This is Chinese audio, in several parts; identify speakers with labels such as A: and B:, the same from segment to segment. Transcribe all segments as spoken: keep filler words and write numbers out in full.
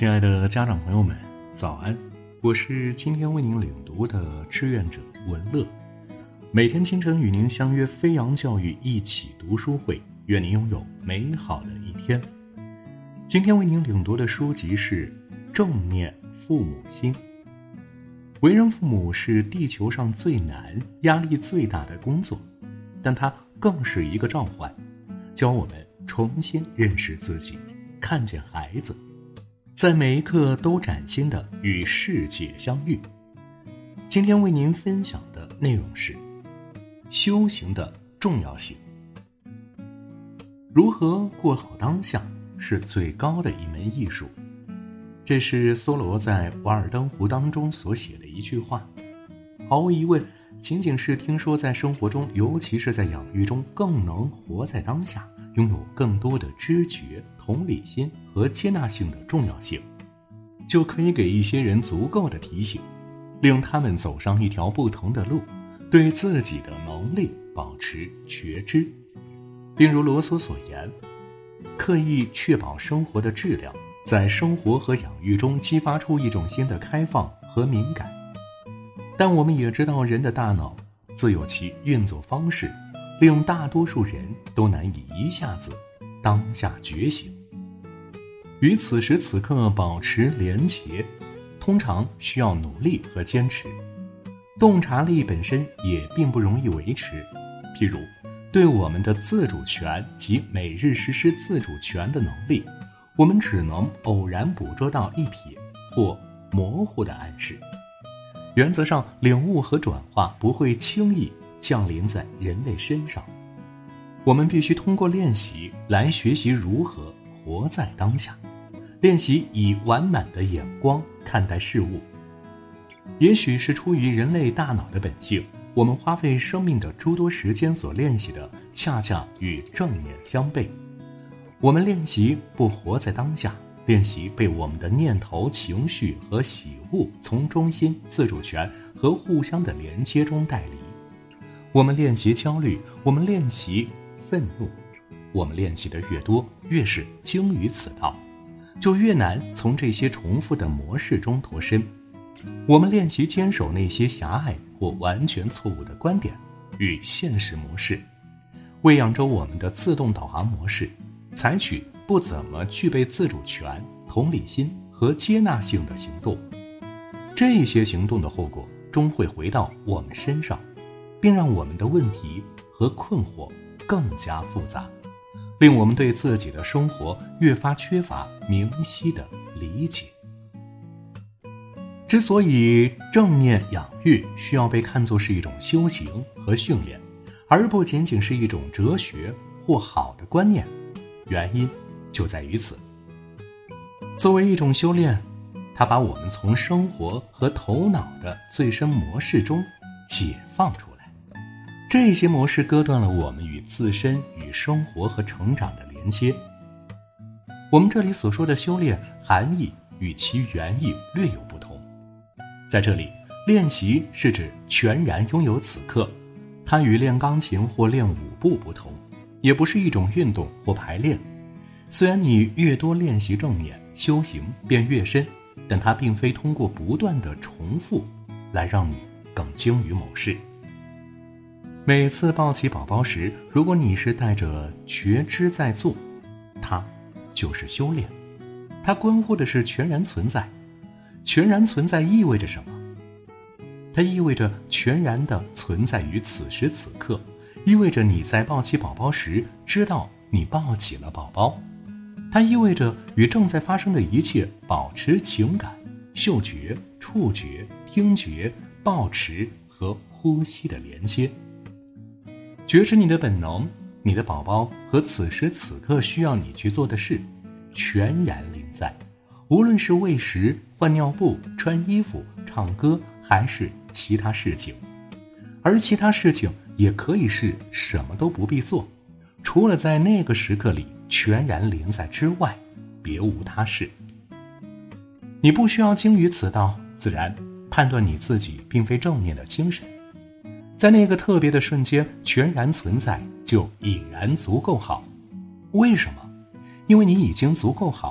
A: 亲爱的家长朋友们，早安！我是今天为您领读的志愿者文乐，每天清晨与您相约飞扬教育一起读书会，愿您拥有美好的一天。今天为您领读的书籍是《正念父母心》。为人父母是地球上最难、压力最大的工作，但它更是一个召唤，教我们重新认识自己，看见孩子，在每一刻都崭新的与世界相遇。今天为您分享的内容是修行的重要性。如何过好当下是最高的一门艺术，这是梭罗在《瓦尔登湖》当中所写的一句话。毫无疑问，仅仅是听说在生活中，尤其是在养育中，更能活在当下，拥有更多的知觉、同理心和接纳性的重要性，就可以给一些人足够的提醒，令他们走上一条不同的路，对自己的能力保持觉知。并如罗梭所言，刻意确保生活的质量，在生活和养育中激发出一种新的开放和敏感。但我们也知道，人的大脑自有其运作方式，令大多数人都难以一下子当下觉醒。与此时此刻保持连结，通常需要努力和坚持。洞察力本身也并不容易维持，譬如对我们的自主权及每日实施自主权的能力，我们只能偶然捕捉到一瞥或模糊的暗示。原则上，领悟和转化不会轻易降临在人类身上。我们必须通过练习来学习如何活在当下，练习以完满的眼光看待事物。也许是出于人类大脑的本性，我们花费生命的诸多时间所练习的，恰恰与正念相悖。我们练习不活在当下，练习被我们的念头、情绪和喜恶从中心、自主权和互相的连接中带离。我们练习焦虑，我们练习愤怒，我们练习的越多，越是精于此道，就越难从这些重复的模式中脱身。我们练习坚守那些狭隘或完全错误的观点与现实模式，喂养着我们的自动导航模式，采取不怎么具备自主权、同理心和接纳性的行动。这些行动的后果终会回到我们身上，并让我们的问题和困惑更加复杂，令我们对自己的生活越发缺乏明晰的理解。之所以正念养育需要被看作是一种修行和训练，而不仅仅是一种哲学或好的观念，原因就在于此。作为一种修炼，它把我们从生活和头脑的最深模式中解放出来。这些模式割断了我们与自身、与生活和成长的连接。我们这里所说的修炼，含义与其原意略有不同。在这里，练习是指全然拥有此刻，它与练钢琴或练舞步不同，也不是一种运动或排练。虽然你越多练习正念，修行便越深，但它并非通过不断的重复来让你更精于某事。每次抱起宝宝时，如果你是带着觉知在做，它就是修炼。它关乎的是全然存在。全然存在意味着什么？它意味着全然的存在于此时此刻，意味着你在抱起宝宝时知道你抱起了宝宝。它意味着与正在发生的一切保持情感、嗅觉、触觉、听觉、抱持和呼吸的连接。觉知你的本能，你的宝宝和此时此刻需要你去做的事，全然临在。无论是喂食、换尿布、穿衣服、唱歌，还是其他事情。而其他事情也可以是什么都不必做，除了在那个时刻里全然临在之外，别无他事。你不需要精于此道，自然判断你自己并非正念的精神。在那个特别的瞬间，全然存在就已然足够好。为什么？因为你已经足够好，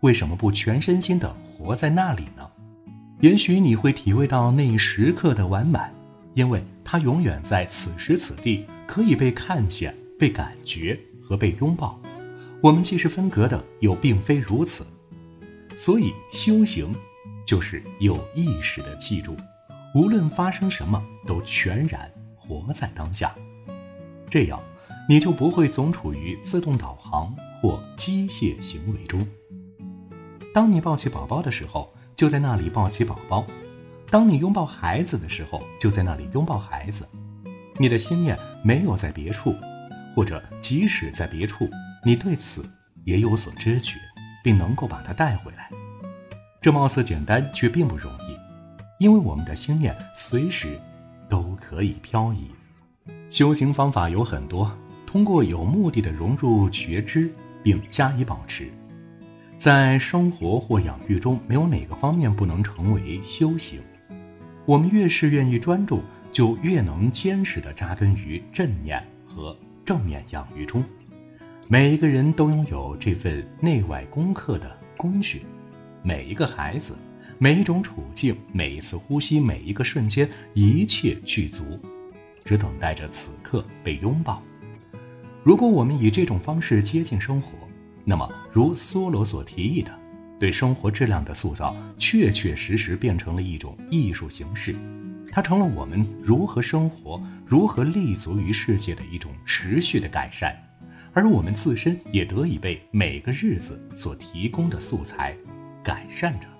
A: 为什么不全身心地活在那里呢？也许你会体会到那一时刻的完满，因为它永远在此时此地，可以被看见、被感觉和被拥抱。我们既是分隔的，又并非如此。所以修行就是有意识地记住，无论发生什么都全然活在当下，这样你就不会总处于自动导航或机械行为中。当你抱起宝宝的时候，就在那里抱起宝宝；当你拥抱孩子的时候，就在那里拥抱孩子。你的心念没有在别处，或者即使在别处，你对此也有所知觉，并能够把它带回来。这貌似简单，却并不容易，因为我们的心念随时都可以漂移。修行方法有很多，通过有目的的融入觉知并加以保持，在生活或养育中，没有哪个方面不能成为修行。我们越是愿意专注，就越能坚实地扎根于正念和正面养育中。每一个人都拥有这份内外功课的工学，每一个孩子，每一种处境，每一次呼吸，每一个瞬间，一切具足，只等待着此刻被拥抱。如果我们以这种方式接近生活，那么如梭罗所提议的，对生活质量的塑造确确实实变成了一种艺术形式，它成了我们如何生活、如何立足于世界的一种持续的改善，而我们自身也得以被每个日子所提供的素材改善着。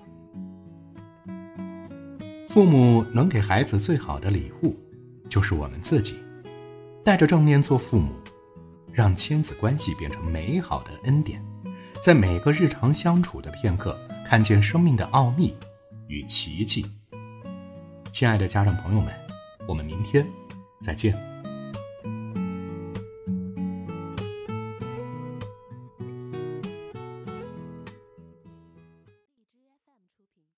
A: 父母能给孩子最好的礼物，就是我们自己。带着正念做父母，让亲子关系变成美好的恩典，在每个日常相处的片刻，看见生命的奥秘与奇迹。亲爱的家长朋友们，我们明天再见。